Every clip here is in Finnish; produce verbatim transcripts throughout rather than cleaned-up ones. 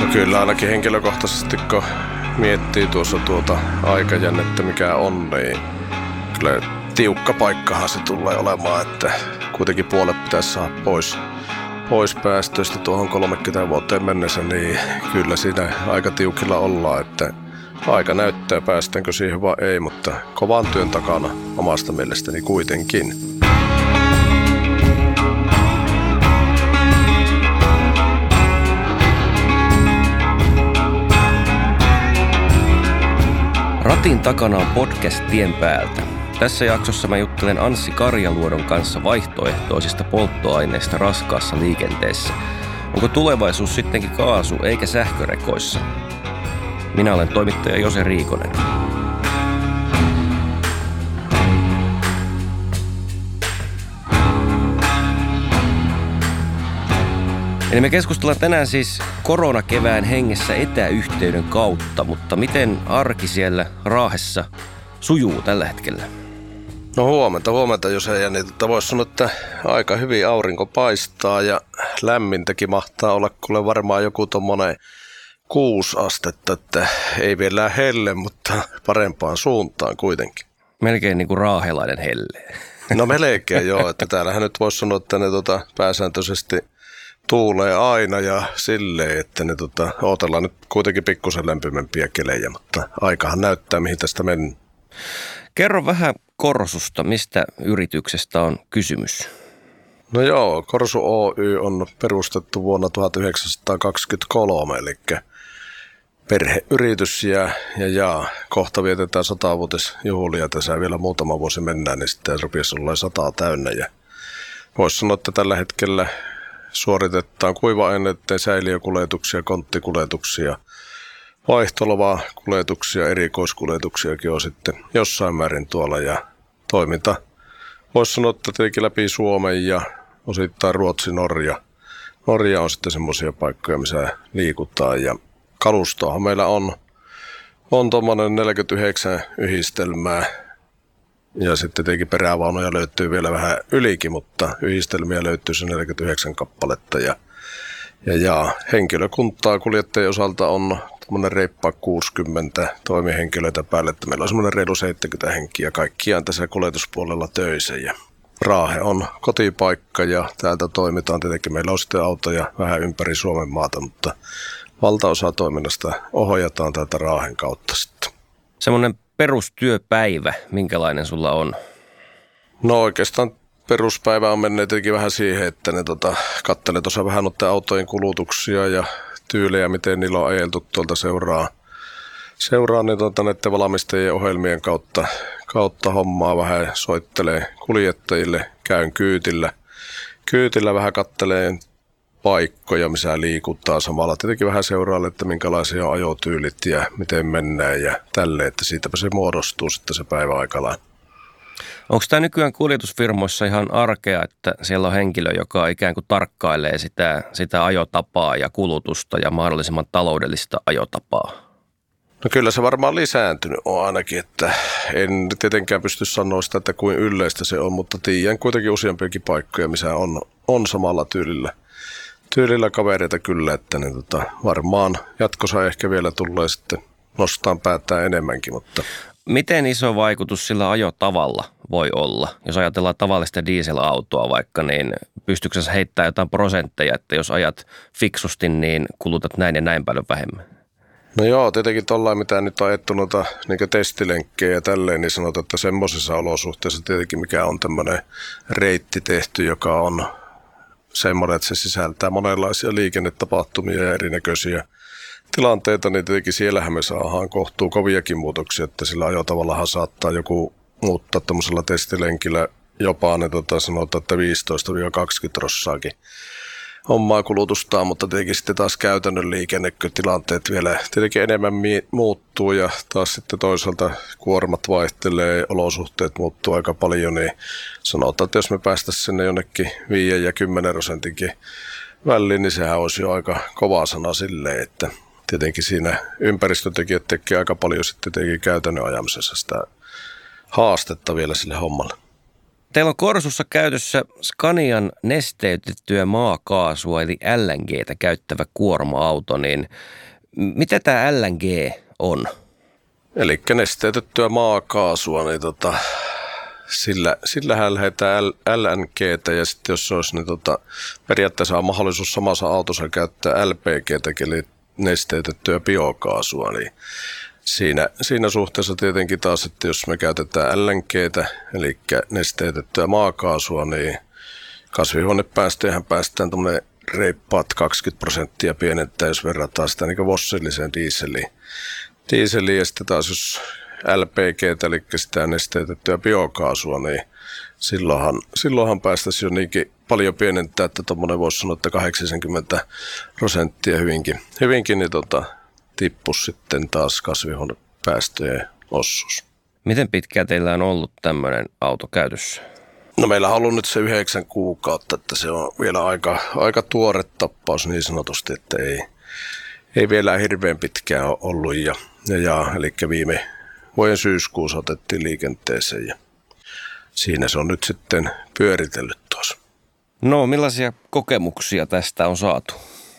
kyllä ainakin henkilökohtaisesti, kun miettii tuossa tuota aikajännettä mikä on, niin kyllä tiukka paikkahan se tulee olemaan, että kuitenkin puolet pitäisi saada pois, pois päästöistä tuohon kolmekymmentä vuoteen mennessä, niin kyllä siinä aika tiukilla ollaan, että aika näyttää päästäänkö siihen vai ei, mutta kovan työn takana omasta mielestäni kuitenkin. Ratin takana on podcast Tien päältä. Tässä jaksossa mä juttelen Anssi Karjaluodon kanssa vaihtoehtoisista polttoaineista raskaassa liikenteessä. Onko tulevaisuus sittenkin kaasu eikä sähkörekoissa? Minä olen toimittaja Jose Riikonen. Eli me keskustellaan tänään siis koronakevään hengessä etäyhteyden kautta, mutta miten arki siellä Raahessa sujuu tällä hetkellä? No huomenta, huomenta Jose, ja niin voisi sanoa, että aika hyvin aurinko paistaa ja lämmintäkin mahtaa olla kuule varmaan joku tommonen kuusi astetta, että ei vielä helle, mutta parempaan suuntaan kuitenkin. Melkein niin kuin raahelainen helle. No melkein joo, että täällähän nyt voisi sanoa, että ne tota, pääsääntöisesti tuulee aina ja silleen, että ne tota, odotellaan nyt kuitenkin pikkusen lämpimämpiä kelejä, mutta aikahan näyttää, mihin tästä mennään. Kerro vähän Korsusta, mistä yrityksestä on kysymys? No joo, Korsu Oy on perustettu vuonna tuhatyhdeksänsataakaksikymmentäkolme, eli perheyritys ja, ja, ja kohta vietetään satavuotisjuhlia, tässä vielä muutama vuosi mennään, niin sitten rupiaisi olla sataa täynnä. Ja voisi sanoa, että tällä hetkellä suoritetaan kuiva-aineiden säiliökuljetuksia, konttikuljetuksia, vaihtolavakuljetuksia, erikoiskuljetuksiakin on sitten jossain määrin tuolla ja toiminta. Voisi sanoa, että tietenkin läpi Suomen ja osittain Ruotsi, Norja. Norja on sitten semmoisia paikkoja, missä liikutaan ja kalustoahan meillä on, on tuommoinen neljäkymmentäyhdeksän yhdistelmää. Ja sitten tietenkin perävaunuja löytyy vielä vähän ylikin, mutta yhdistelmiä löytyy se neljäkymmentäyhdeksän kappaletta. Ja, ja, ja henkilökuntaa kuljettajien osalta on tämmöinen reippaa kuusikymmentä toimihenkilöitä päälle, että meillä on semmoinen reilu seitsemänkymmentä henkiä kaikkiaan tässä kuljetuspuolella töissä. Ja Raahe on kotipaikka ja täältä toimitaan. Tietenkin meillä on sitten autoja vähän ympäri Suomen maata, mutta valtaosa toiminnasta ohjataan täältä Raahen kautta sitten. Semmoinen perustyöpäivä, minkälainen sulla on? No oikeastaan peruspäivä on mennyt tietenkin vähän siihen, että ne tota, katselee tuossa vähän noiden autojen kulutuksia ja tyylejä, miten niillä on ajeltu tuolta seuraa. Seuraa niin tota, näiden valmistajien ohjelmien kautta, kautta hommaa vähän, soittelee kuljettajille, käyn kyytillä. Kyytillä vähän kattelee paikkoja, missä liikutaan samalla. Tietenkin vähän seuraalle, että minkälaisia on ajotyylit ja miten mennään ja tälleen, että siitäpä se muodostuu sitten se päiväaikalain. Onko tämä nykyään kuljetusfirmoissa ihan arkea, että siellä on henkilö, joka ikään kuin tarkkailee sitä, sitä ajotapaa ja kulutusta ja mahdollisimman taloudellista ajotapaa? No kyllä se varmaan lisääntynyt on ainakin, että en tietenkään pysty sanoa sitä, että kuin yleistä se on, mutta tiedän kuitenkin useampiakin paikkoja, missä on, on samalla tyylillä. Tyylillä kavereita kyllä, että ne tota, varmaan jatkossa ehkä vielä tulee sitten nostaan päätään enemmänkin. Mutta miten iso vaikutus sillä ajotavalla voi olla? Jos ajatellaan tavallista dieselautoa vaikka, niin pystyykö sä heittämään jotain prosentteja, että jos ajat fiksusti, niin kulutat näin ja näin paljon vähemmän? No joo, tietenkin tuollain, mitä nyt on ajettu noita niin testilenkkejä ja tälleen, niin sanotaan, että semmoisissa olosuhteissa tietenkin mikä on tämmöinen reitti tehty, joka on semmoinen, että se sisältää monenlaisia liikennetapahtumia ja erinäköisiä tilanteita, niin tietenkin siellähän me saadaan kohtuu koviakin muutoksia, että sillä ajotavallahan saattaa joku muuttaa tämmöisellä testilenkillä jopa ne tota, sanotaan, että viisitoista kaksikymmentä rossaakin omaa kulutustaan, mutta tietenkin sitten taas käytännön liikennetilanteet vielä tietenkin enemmän mi- muuttuu ja taas sitten toisaalta kuormat vaihtelee, olosuhteet muuttuu aika paljon, niin sanotaan, että jos me päästäisiin sinne jonnekin viiden ja kymmenen prosentinkin väliin, niin sehän olisi jo aika kova sana silleen, että tietenkin siinä ympäristötekijät tekee aika paljon sitten tietenkin käytännön ajamisessa sitä haastetta vielä sille hommalle. Teillä on Korsussa käytössä Scanian nesteytettyä maakaasua eli L N G:tä käyttävä kuorma-auto, niin mitä tämä L N G on? Eli nesteytettyä maakaasua, niin tota, sillä, sillähän lähdetään L N G:tä ja sitten jos se olisi, niin tota, periaatteessa on mahdollisuus samassa autossa käyttää L P G:täkin, eli nesteytettyä biokaasua, niin Siinä, siinä suhteessa tietenkin taas, että jos me käytetään L N G:tä, eli nesteytettyä maakaasua, niin kasvihuonepäästöjähän päästään tuommoinen reippaat kaksikymmentä prosenttia pienentää, jos verrataan sitä niin fossiiliseen dieseliin. Dieseliin ja sitten taas jos L P G:tä, eli sitä nesteytettyä biokaasua, niin silloinhan, silloinhan päästäisiin jo niinkin paljon pienentää, että tuommoinen voisi sanoa, että kahdeksankymmentä prosenttia hyvinkin, hyvinkin niin tota, tippuisi sitten taas kasvihuonepäästöjen osuus. Miten pitkään teillä on ollut tämmöinen auto käytössä? No meillä on ollut nyt se yhdeksän kuukautta, että se on vielä aika, aika tuore tappaus niin sanotusti, että ei, ei vielä hirveän pitkään ole ollut. Ja, ja, ja, eli viime vuoden syyskuussa otettiin liikenteeseen ja siinä se on nyt sitten pyöritellyt tuossa. No millaisia kokemuksia tästä on saatu?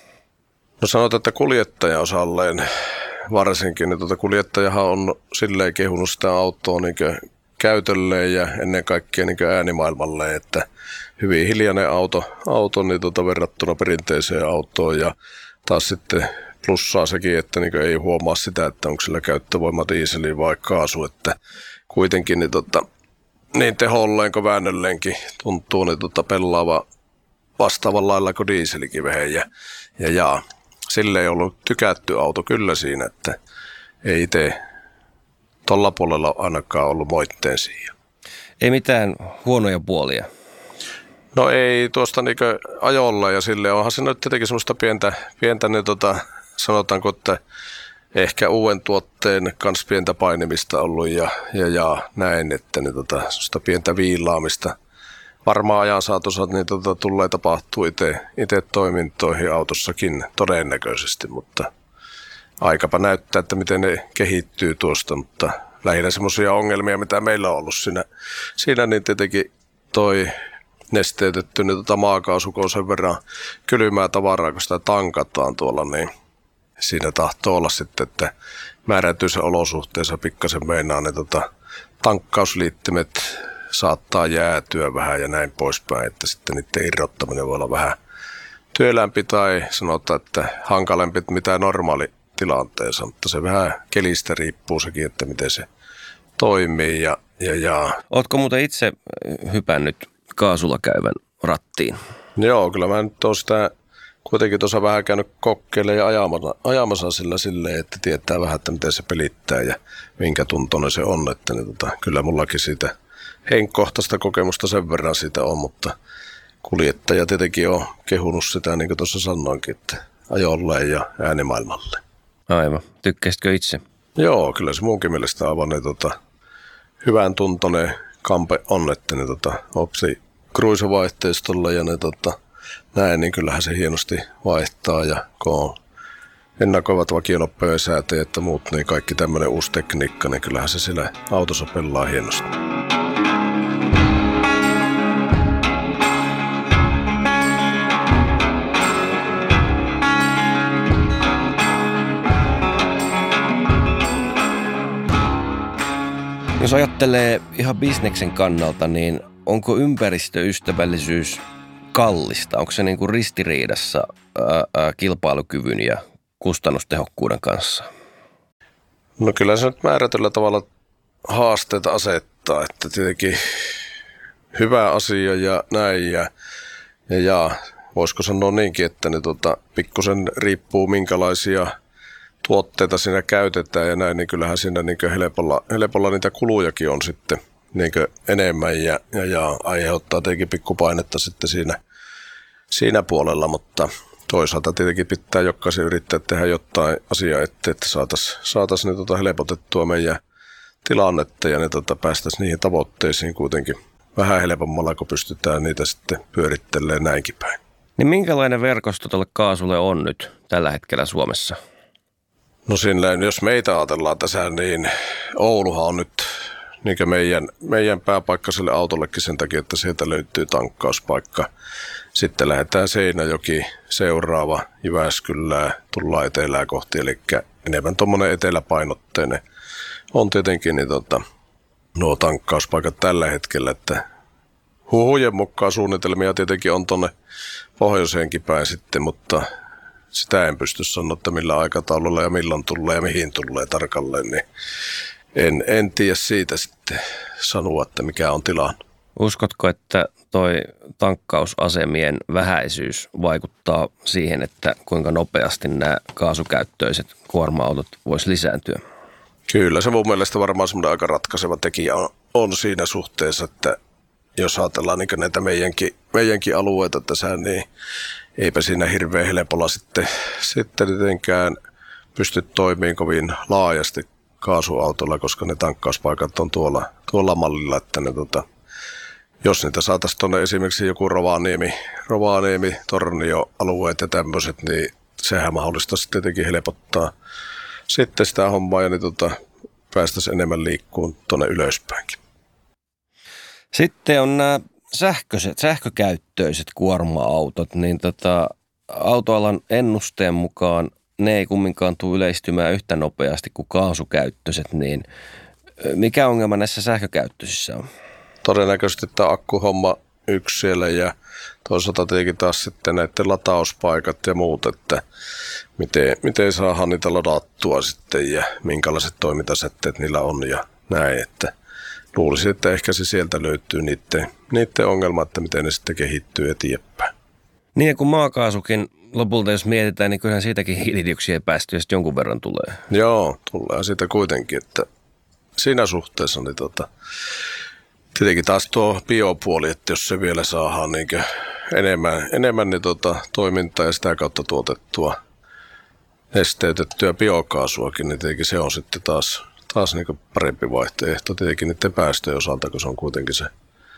No sanotaan, että kuljettajan osalleen varsinkin, niin tuota kuljettajahan on silleen kehunut sitä autoa niin käytölleen ja ennen kaikkea niin äänimaailmalle, että hyvin hiljainen auto, auto niin tuota verrattuna perinteiseen autoon ja taas sitten plussaa sekin, että niin ei huomaa sitä, että onko sillä käyttövoima dieseli vai kaasu, että kuitenkin niin, tuota, niin teholleen kuin väännölleenkin tuntuu niin tuota pelaava vastaavalla lailla kuin dieselikin vähän ja, ja, ja sille ei ollut tykätty auto kyllä siinä, että ei itse tuolla puolella ainakaan ollut moitteen siihen. Ei mitään huonoja puolia? No ei tuosta niin ajolla ja sille onhan se nyt tietenkin semmoista pientä, pientä niin tota, sanotaanko, että ehkä uuden tuotteen kanssa pientä painimista ollut ja, ja, ja näin, että niin tota, semmoista pientä viilaamista. Varmaan ajan saatossa niin tota, tulee tapahtua itse toimintoihin autossakin todennäköisesti, mutta aikapa näyttää, että miten ne kehittyy tuosta, mutta lähinnä semmoisia ongelmia, mitä meillä on ollut siinä, siinä niin tietenkin toi nesteytetty niin tota maakaasu, kun on sen verran kylmää tavaraa, kun sitä tankataan tuolla, niin siinä tahtoo olla sitten, että määrätyissä olosuhteissa pikkasen meinaa ne tota, tankkausliittimet saattaa jäätyä vähän ja näin poispäin, että sitten niiden irrottaminen voi olla vähän työlämpi tai sanotaan, että hankalempi mitä normaali tilanteessa, mutta se vähän kelistä riippuu sekin, että miten se toimii. Ja, ja, ja. Ootko muuten itse hypännyt kaasulla käyvän rattiin? Joo, kyllä mä nyt oon sitä kuitenkin tuossa vähän käynyt kokeilemaan ja ajamassa, ajamassa sillä silleen, että tietää vähän, että miten se pelittää ja minkä tuntoinen se on. Että niin tota, kyllä mullakin siitä henkkohtaista kokemusta sen verran siitä on, mutta kuljettaja tietenkin on kehunut sitä, niin kuin tuossa sanoinkin, että ajolle ja äänimaailmalle. Aivan. Tykkäisitkö itse? Joo, kyllä se munkin mielestä aivan niin, tota, hyvän tuntoinen kampe on, että niin, tota, opsi kruisovaihteistolla ja ne, tota, näin, niin kyllähän se hienosti vaihtaa ja kun on ennakoivat vakionopeuden säätäjät ja muut, niin kaikki tämmöinen uusi tekniikka, niin kyllähän se siellä autossa pelaa hienosti. Jos ajattelee ihan bisneksen kannalta, niin onko ympäristöystävällisyys kallista? Onko se niin kuin ristiriidassa ää, ää, kilpailukyvyn ja kustannustehokkuuden kanssa? No kyllä se nyt määrätyllä tavalla haasteita asettaa, että tietenkin hyvä asia ja näin ja, ja, ja voisiko sanoa niinkin, että ne tota, pikkusen riippuu minkälaisia tuotteita siinä käytetään ja näin, niin kyllähän siinä niin helpolla, helpolla niitä kulujakin on sitten niin enemmän ja, ja, ja aiheuttaa tietenkin pikkupainetta sitten siinä, siinä puolella, mutta toisaalta tietenkin pitää jokaisen yrittää tehdä jotain asiaa, että, että saataisiin saatais niin tota helpotettua meidän tilannetta ja ne tota päästäisiin niihin tavoitteisiin kuitenkin vähän helpommalla, kun pystytään niitä sitten pyörittelemään näinkin päin. Niin minkälainen verkosto tuolle kaasulle on nyt tällä hetkellä Suomessa? No sinne, jos meitä ajatellaan tässä, niin Ouluhan on nyt niin meidän, meidän pääpaikkaiselle autollekin sen takia, että sieltä löytyy tankkauspaikka. Sitten lähdetään Seinäjoki, seuraava Jyväskylää, tullaan etelää kohti, eli enemmän tuommoinen eteläpainotteinen on tietenkin niin tota, nuo tankkauspaikat tällä hetkellä, että huhujen mukaan suunnitelmia tietenkin on tuonne pohjoiseenkin päin sitten, mutta sitä en pysty sanoa, että millä aikataululla ja milloin tulee ja mihin tulee tarkalleen, niin en, en tiedä siitä sitten sanoa, että mikä on tilanne. Uskotko, että toi tankkausasemien vähäisyys vaikuttaa siihen, että kuinka nopeasti nämä kaasukäyttöiset kuorma-autot voisi lisääntyä? Kyllä, se mun mielestä varmaan semmoinen aika ratkaiseva tekijä on, on siinä suhteessa, että jos ajatellaan niin näitä meidänkin, meidänkin alueita tässä, niin eipä siinä hirveän helpolla sitten, sitten tietenkään pysty toimimaan kovin laajasti kaasuautolla, koska ne tankkauspaikat on tuolla, tuolla mallilla, että ne, tota, jos niitä saataisiin tuonne esimerkiksi joku Rovaniemi, Rovaniemi, Tornio-alueet ja tämmöiset, niin sehän mahdollistaisi tietenkin helpottaa sitten sitä hommaa ja niin tota, päästäisiin enemmän liikkuun tuonne ylöspäinkin. Sitten on nämä sähköiset, sähkökäyttöiset kuorma-autot, niin tota, autoalan ennusteen mukaan ne ei kumminkaan tule yleistymään yhtä nopeasti kuin kaasukäyttöiset, niin mikä ongelma näissä sähkökäyttöisissä on? Todennäköisesti tämä akkuhomma yksi siellä ja toisaalta tietenkin taas sitten näiden latauspaikat ja muut, että miten, miten saadaan niitä ladattua sitten ja minkälaiset toimintasetteet niillä on ja näin, että luulisin, että ehkä se sieltä löytyy niiden, niiden ongelma, että miten ne sitten kehittyy eteenpäin. Niin ja kun maakaasukin lopulta, jos mietitään, niin kyllähän siitäkin hiilidioksidipäästöjä sitten jonkun verran tulee. Joo, tulee siitä kuitenkin, että siinä suhteessa niin tota, tietenkin taas tuo biopuoli, että jos se vielä saadaan niin enemmän, enemmän niin tota, toimintaa ja sitä kautta tuotettua nesteytettyä biokaasuakin, niin tietenkin se on sitten taas, taas niin parempi vaihtoehto tietenkin niiden päästöjen osalta, kun se on kuitenkin se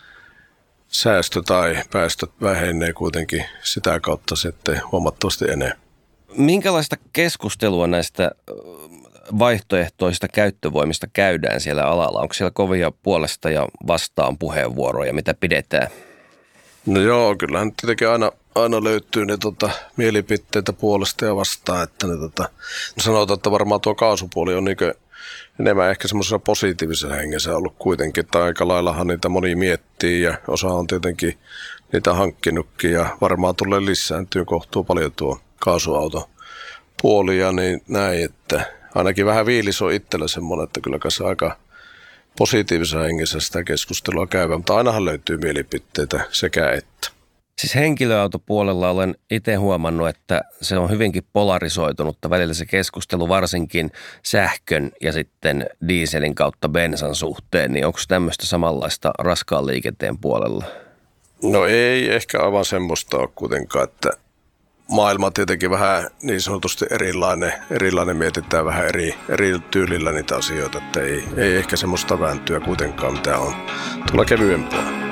säästö tai päästöt vähenee kuitenkin sitä kautta sitten huomattavasti enemmän. Minkälaista keskustelua näistä vaihtoehtoisista käyttövoimista käydään siellä alalla? Onko siellä kovia puolesta ja vastaan puheenvuoroja, mitä pidetään? No joo, kyllähän tietenkin aina, aina löytyy ne tota, mielipiteitä puolesta ja vastaan, että ne tota, sanotaan, että varmaan tuo kaasupuoli on niinkö enemmän ehkä semmoisessa positiivisessa hengessä ollut kuitenkin, että aika laillahan niitä moni miettii ja osa on tietenkin niitä hankkinutkin ja varmaan tulee lisääntyä kohtuu paljon tuo kaasuauto puoli ja niin näin, että ainakin vähän viilis on itsellä semmoinen, että kyllä se aika positiivisessa hengessä sitä keskustelua käyvää, mutta ainahan löytyy mielipiteitä sekä että. Siis henkilöautopuolella olen itse huomannut, että se on hyvinkin polarisoitunutta välillä se keskustelu varsinkin sähkön ja sitten dieselin kautta bensan suhteen, niin onko tämmöistä samanlaista raskaan liikenteen puolella? No ei ehkä aivan semmoista ole kuitenkaan, että maailma on tietenkin vähän niin sanotusti erilainen, erilainen mietitään vähän eri, eri tyylillä niitä asioita, että ei, ei ehkä semmoista vääntyä kuitenkaan, mitä on tuolla kevyempää.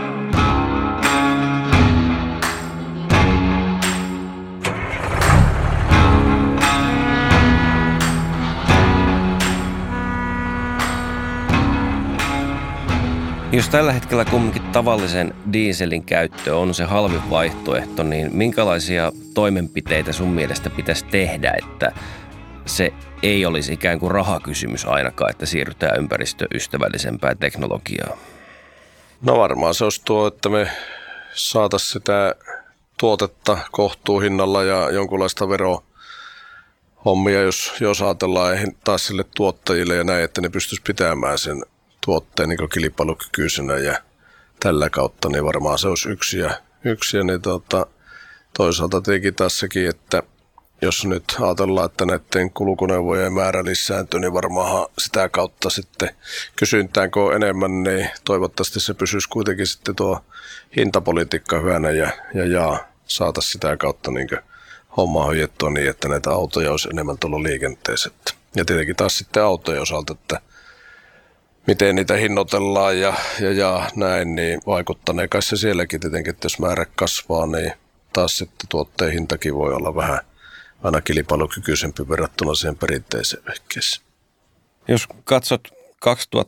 Jos tällä hetkellä kumminkin tavallisen dieselin käyttö on se halvin vaihtoehto, niin minkälaisia toimenpiteitä sun mielestä pitäisi tehdä, että se ei olisi ikään kuin rahakysymys ainakaan, että siirrytään ympäristöystävällisempään teknologiaan? No varmaan se olisi tuo, että me saataisiin sitä tuotetta kohtuuhinnalla ja jonkunlaista verohommia, jos, jos ajatellaan taas sille tuottajille ja näin, että ne pystyisi pitämään sen tuotteen niin kilpailukykyisenä ja tällä kautta, niin varmaan se olisi yksi ja, yksi ja niin tuota, toisaalta tietenkin taas sekin, että jos nyt ajatellaan, että näiden kulkuneuvojen määrä lisääntyy, niin varmaan sitä kautta sitten kysyntäänkö enemmän, niin toivottavasti se pysyisi kuitenkin sitten tuo hintapolitiikka hyvänä ja, ja, ja saataisiin sitä kautta niin hommaa hoidettua niin, että näitä autoja olisi enemmän tuolla liikenteessä. Ja tietenkin taas sitten autojen osalta, että miten niitä hinnoitellaan ja, ja, ja näin, niin vaikuttanee kai se sielläkin tietenkin, että jos määrä kasvaa, niin taas sitten tuotteen hintakin voi olla vähän aina kilpailukykyisempi verrattuna siihen perinteiseen vehkeeseen. Jos katsot kaksituhattakolmekymmentä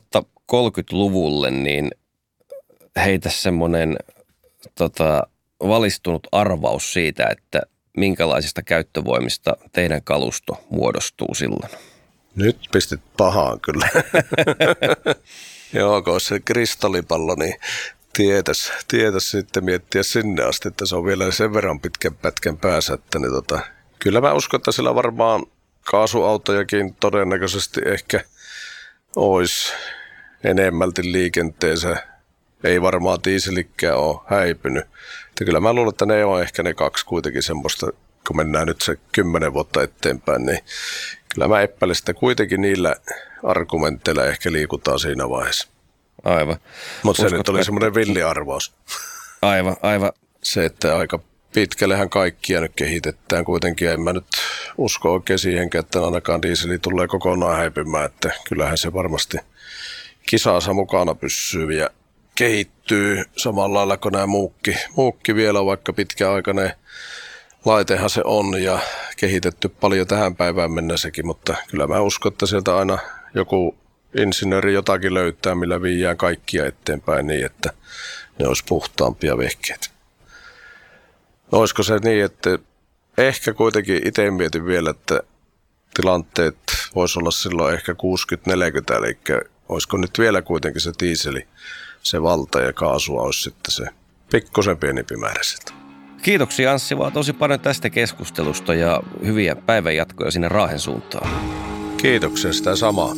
kolmekymmentäluvulle, niin heitä semmoinen tota, valistunut arvaus siitä, että minkälaisista käyttövoimista teidän kalusto muodostuu silloin? Nyt pistit pahaan kyllä. Joo, kun olisi se kristallipallo, niin tietäisi, tietäisi sitten miettiä sinne asti, että se on vielä sen verran pitkän pätkän päässä. Että niin tota, kyllä mä uskon, että sillä varmaan kaasuautojakin todennäköisesti ehkä olisi enemmälti liikenteessä. Ei varmaan dieselikään ole häipynyt. Että kyllä mä luulen, että ne on ehkä ne kaksi kuitenkin semmoista, kun mennään nyt se kymmenen vuotta eteenpäin, niin kyllä mä epäilen, että kuitenkin niillä argumenteilla ehkä liikutaan siinä vaiheessa. Aivan. Mutta se nyt oli semmoinen villiarvaus. Aivan, aivan. Se, että aika pitkällehän kaikkia nyt kehitetään kuitenkin. En mä nyt usko oikein siihenkään, että ainakaan dieseli tulee kokonaan häipymään. Että kyllähän se varmasti kisaansa mukana pysyy ja kehittyy samalla lailla kuin nämä muukki. Muukki vielä, vaikka pitkäaikainen laitehan se on ja kehitetty paljon tähän päivään mennessäkin, mutta kyllä mä uskon, että sieltä aina joku insinööri jotakin löytää, millä viiään kaikkia eteenpäin niin, että ne olisi puhtaampia vehkeitä. No, olisiko se niin, että ehkä kuitenkin itse mietin vielä, että tilanteet voisi olla silloin ehkä kuusikymmentä neljäkymmentä, eli olisiko nyt vielä kuitenkin se diiseli, se valta ja kaasua olisi sitten se pikkusen pienempi määrä sitä. Kiitoksia Anssi vaan tosi paljon tästä keskustelusta ja hyviä päivänjatkoja sinne Raahen suuntaan. Kiitoksia, sitä samaa.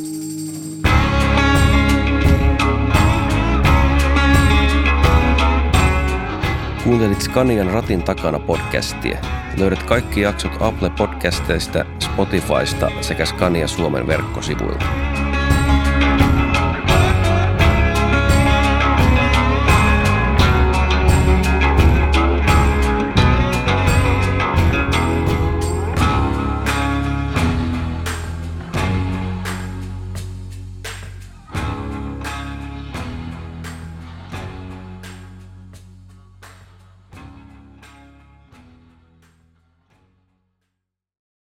Kuuntelit Scanian Ratin takana podcastia. Löydät kaikki jaksot Apple Podcasteista, Spotifysta sekä Scania Suomen verkkosivuilta.